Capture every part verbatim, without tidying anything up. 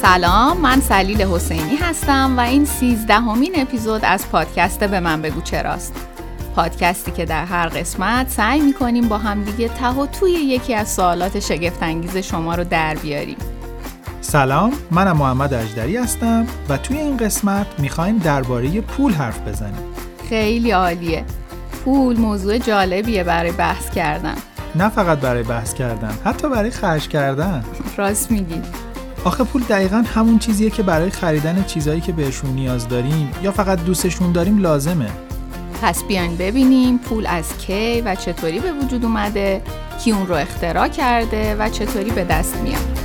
سلام، من سلیل حسینی هستم و این سیزدهمین اپیزود از پادکست به من بگو چراست. پادکستی که در هر قسمت سعی می‌کنیم با همدیگه ته و توی یکی از سوالات شگفت‌انگیز شما رو در بیاریم. سلام، منم محمد اژدری هستم و توی این قسمت می‌خوایم درباره پول حرف بزنیم. خیلی عالیه. پول موضوع جالبیه برای بحث کردن. نه فقط برای بحث کردن، حتی برای خرج کردن. راست میگی. آخه پول دقیقاً همون چیزیه که برای خریدن چیزایی که بهشون نیاز داریم یا فقط دوستشون داریم لازمه. پس بیاین ببینیم پول از کی و چطوری به وجود اومده، کی اون رو اختراع کرده و چطوری به دست میاد.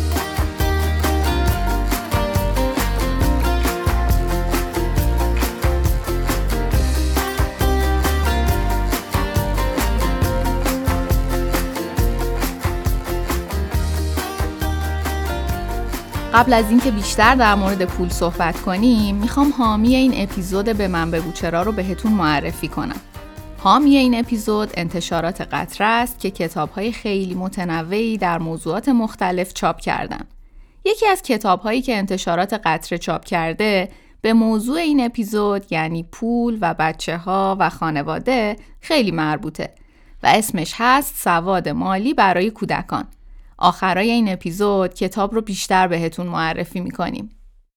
قبل از اینکه بیشتر در مورد پول صحبت کنیم، میخوام حامی این اپیزود به من بگو چرا رو بهتون معرفی کنم. حامی این اپیزود انتشارات قطره است که کتاب‌های خیلی متنوعی در موضوعات مختلف چاپ کردن. یکی از کتاب‌هایی که انتشارات قطره چاپ کرده به موضوع این اپیزود، یعنی پول و بچه‌ها و خانواده، خیلی مربوطه و اسمش هست سواد مالی برای کودکان. آخرای این اپیزود کتاب رو بیشتر بهتون معرفی میکنیم.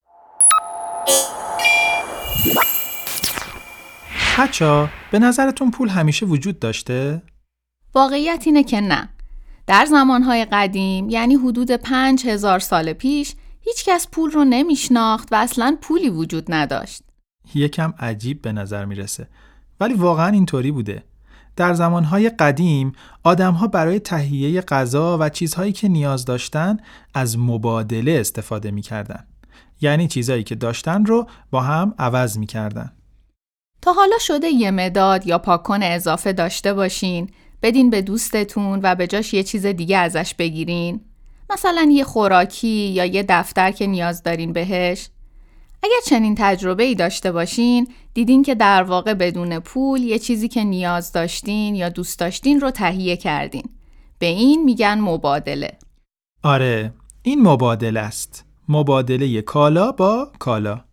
بچه‌ها، به نظرتون پول همیشه وجود داشته؟ واقعیت اینه که نه. در زمانهای قدیم، یعنی حدود پنج هزار سال پیش، هیچ کس پول رو نمیشناخت و اصلاً پولی وجود نداشت. یکم عجیب به نظر میرسه، ولی واقعاً اینطوری بوده. در زمانهای قدیم آدم‌ها برای تهیه غذا و چیزهایی که نیاز داشتن از مبادله استفاده می‌کردن. یعنی چیزهایی که داشتن رو با هم عوض می‌کردن. تا حالا شده یه مداد یا پاکن اضافه داشته باشین، بدین به دوستتون و به جاش یه چیز دیگه ازش بگیرین؟ مثلا یه خوراکی یا یه دفتر که نیاز دارین بهش؟ اگر چنین تجربه‌ای داشته باشین، دیدین که در واقع بدون پول یه چیزی که نیاز داشتین یا دوست داشتین رو تهیه کردین. به این میگن مبادله. آره، این مبادله است. مبادله کالا با کالا.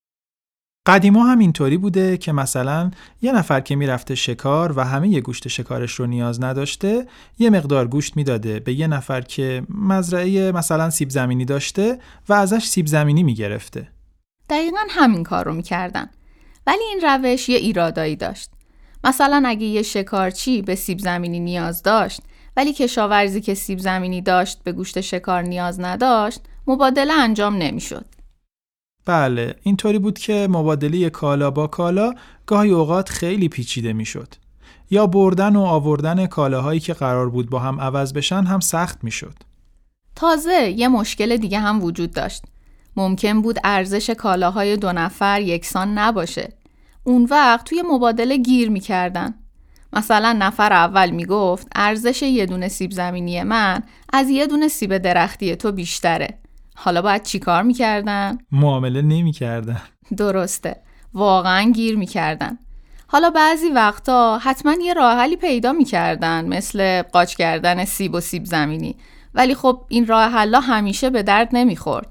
قدیما هم اینطوری بوده که مثلا یه نفر که میرفته شکار و همه یه گوشت شکارش رو نیاز نداشته، یه مقدار گوشت میداده به یه نفر که مزرعه مثلا سیب زمینی داشته و ازش سیب زمینی میگرفته. دقیقاً همین کار رو میکردن. ولی این روش یه ایرادایی داشت. مثلا اگه یه شکارچی به سیب زمینی نیاز داشت ولی کشاورزی که سیب زمینی داشت به گوشت شکار نیاز نداشت، مبادله انجام نمیشد. بله، اینطوری بود که مبادله کالا با کالا گاهی اوقات خیلی پیچیده میشد. یا بردن و آوردن کالاهایی که قرار بود با هم عوض بشن هم سخت میشد. تازه یه مشکل دیگه هم وجود داشت. ممکن بود ارزش کالاهای دو نفر یکسان نباشه. اون وقت توی مبادله گیر میکردن. مثلا نفر اول میگفت ارزش یه دونه سیب زمینی من از یه دونه سیب درختی تو بیشتره. حالا باید چی کار میکردن؟ معامله نمیکردن. درسته. واقعا گیر میکردن. حالا بعضی وقتا حتما یه راه حلی پیدا میکردن، مثل قاچ کردن سیب و سیب زمینی. ولی خب این راه حلا همیشه به درد نمیخورد.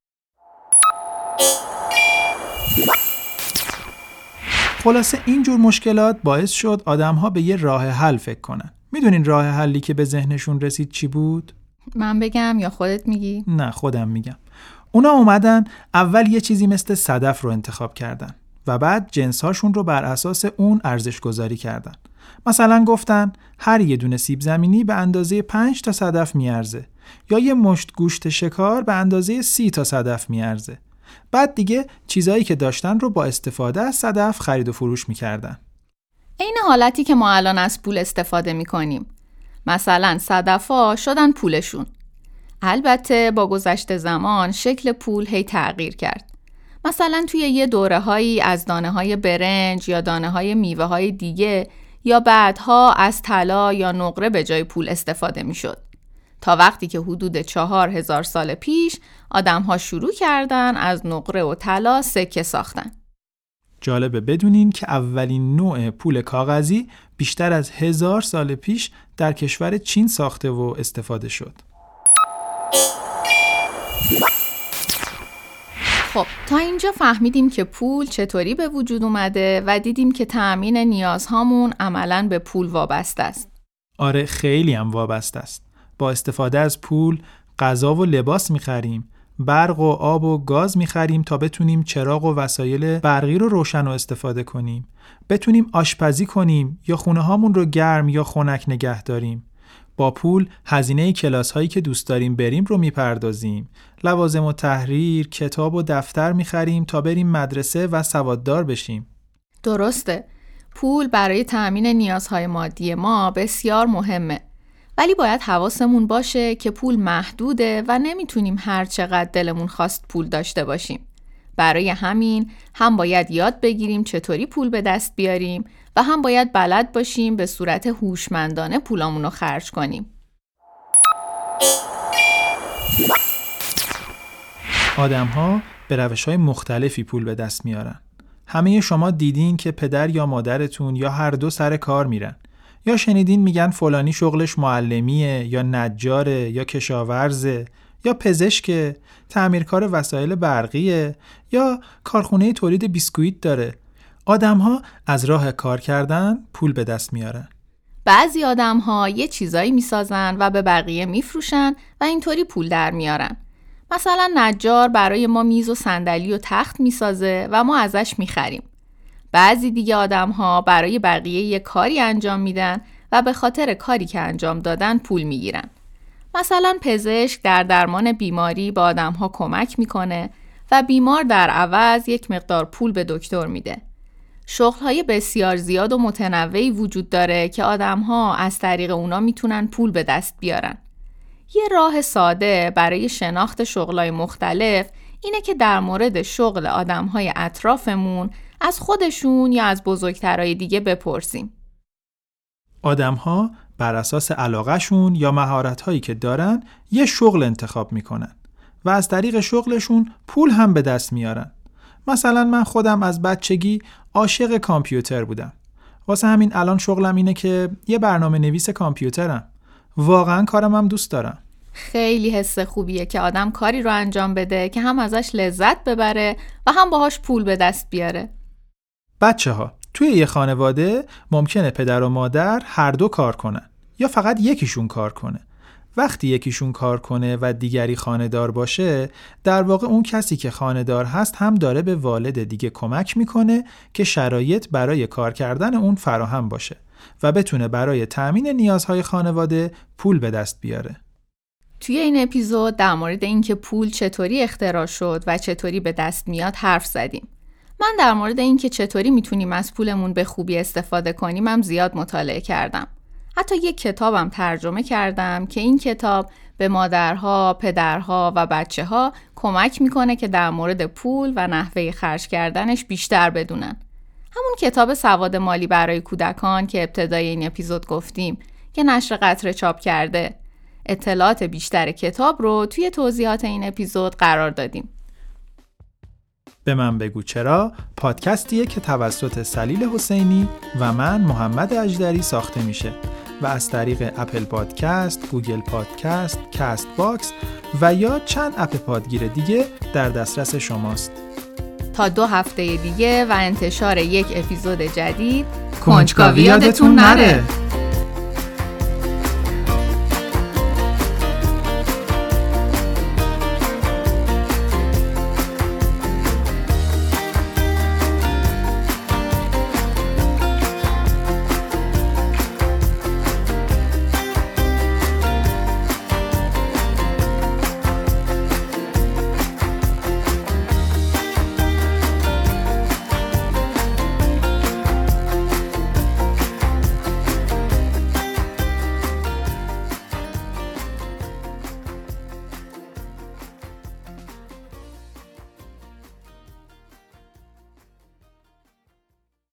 خلاصه اینجور مشکلات باعث شد آدم‌ها به یه راه حل فکر کنن. میدونین راه حلی که به ذهنشون رسید چی بود؟ من بگم یا خودت میگی؟ نه، خودم میگم. اونا اومدن اول یه چیزی مثل صدف رو انتخاب کردن و بعد جنس‌هاشون رو بر اساس اون ارزش گذاری کردن. مثلا گفتن هر یه دونه سیب زمینی به اندازه پنج تا صدف میارزه یا یه مشت گوشت شکار به اندازه سی تا صدف میارزه. بعد دیگه چیزایی که داشتن رو با استفاده از صدف خرید و فروش میکردن. عین حالتی که ما الان از پول استفاده میکنیم. مثلا صدفا شدن پولشون. البته با گذشت زمان شکل پول هی تغییر کرد. مثلا توی یه دوره هایی از دانه های برنج یا دانه های میوه های دیگه یا بعدها از طلا یا نقره به جای پول استفاده میشد. تا وقتی که حدود چهار هزار سال پیش آدم ها شروع کردن از نقره و طلا سکه ساختن. جالبه بدونین که اولین نوع پول کاغذی بیشتر از هزار سال پیش در کشور چین ساخته و استفاده شد. خب تا اینجا فهمیدیم که پول چطوری به وجود اومده و دیدیم که تأمین نیازهامون عملاً به پول وابسته است. آره خیلی هم وابسته است. با استفاده از پول غذا و لباس می‌خریم، برق و آب و گاز می‌خریم تا بتونیم چراغ و وسایل برقی رو روشن و استفاده کنیم، بتونیم آشپزی کنیم یا خونه‌هامون رو گرم یا خنک نگه داریم. با پول هزینه کلاس‌هایی که دوست داریم بریم رو میپردازیم. لوازم و تحریر، کتاب و دفتر میخریم تا بریم مدرسه و سواددار بشیم. درسته. پول برای تأمین نیازهای مادی ما بسیار مهمه. ولی باید حواسمون باشه که پول محدوده و نمیتونیم هر چقدر دلمون خواست پول داشته باشیم. برای همین هم باید یاد بگیریم چطوری پول به دست بیاریم و هم باید بلد باشیم به صورت هوشمندانه پولامون رو خرج کنیم. آدم‌ها به روش‌های مختلفی پول به دست میارن. همه شما دیدین که پدر یا مادرتون یا هر دو سر کار میرن. یا شنیدین میگن فلانی شغلش معلمیه یا نجاره یا کشاورزه یا پزشکه، تعمیرکار وسایل برقیه یا کارخونه تولید بیسکویت داره. آدم‌ها از راه کار کردن پول به دست میارن. بعضی آدم‌ها یه چیزایی میسازن و به بقیه میفروشن و اینطوری پول در میارن. مثلا نجار برای ما میز و صندلی و تخت میسازه و ما ازش میخریم. بعضی دیگه آدم‌ها برای بقیه یه کاری انجام میدن و به خاطر کاری که انجام دادن پول میگیرن. مثلا پزشک در درمان بیماری به آدم‌ها کمک میکنه و بیمار در عوض یک مقدار پول به دکتر میده. شغل‌های بسیار زیاد و متنوعی وجود داره که آدم‌ها از طریق اونا میتونن پول به دست بیارن. یه راه ساده برای شناخت شغل‌های مختلف اینه که در مورد شغل آدم‌های اطرافمون از خودشون یا از بزرگترهای دیگه بپرسیم. آدم‌ها بر اساس علاقه‌شون یا مهارت‌هایی که دارن یه شغل انتخاب میکنن و از طریق شغلشون پول هم به دست میارن. مثلا من خودم از بچگی عاشق کامپیوتر بودم. واسه همین الان شغلم اینه که یه برنامه نویس کامپیوترم. واقعا کارم هم دوست دارم. خیلی حس خوبیه که آدم کاری رو انجام بده که هم ازش لذت ببره و هم باهاش پول به دست بیاره. بچه ها توی یه خانواده ممکنه پدر و مادر هر دو کار کنن یا فقط یکیشون کار کنه. وقتی یکیشون کار کنه و دیگری خانه‌دار باشه، در واقع اون کسی که خانه‌دار هست هم داره به والد دیگه کمک میکنه که شرایط برای کار کردن اون فراهم باشه و بتونه برای تأمین نیازهای خانواده پول به دست بیاره. توی این اپیزود در مورد اینکه پول چطوری اختراع شد و چطوری به دست میاد حرف زدیم. من در مورد اینکه چطوری میتونیم از پولمون به خوبی استفاده کنیم هم زیاد مطالعه کردم. حتی یک کتابم ترجمه کردم که این کتاب به مادرها، پدرها و بچه‌ها کمک میکنه که در مورد پول و نحوه خرج کردنش بیشتر بدونن. همون کتاب سواد مالی برای کودکان که ابتدای این اپیزود گفتیم که نشر قطره چاپ کرده. اطلاعات بیشتر کتاب رو توی توضیحات این اپیزود قرار دادیم. به من بگو چرا پادکستیه که توسط سلیل حسینی و من محمد اژدری ساخته میشه و از طریق اپل پادکست، گوگل پادکست، کست باکس و یا چند اپ پادگیر دیگه در دسترس شماست. تا دو هفته دیگه و انتشار یک اپیزود جدید، کنجکاوی یادتون نره.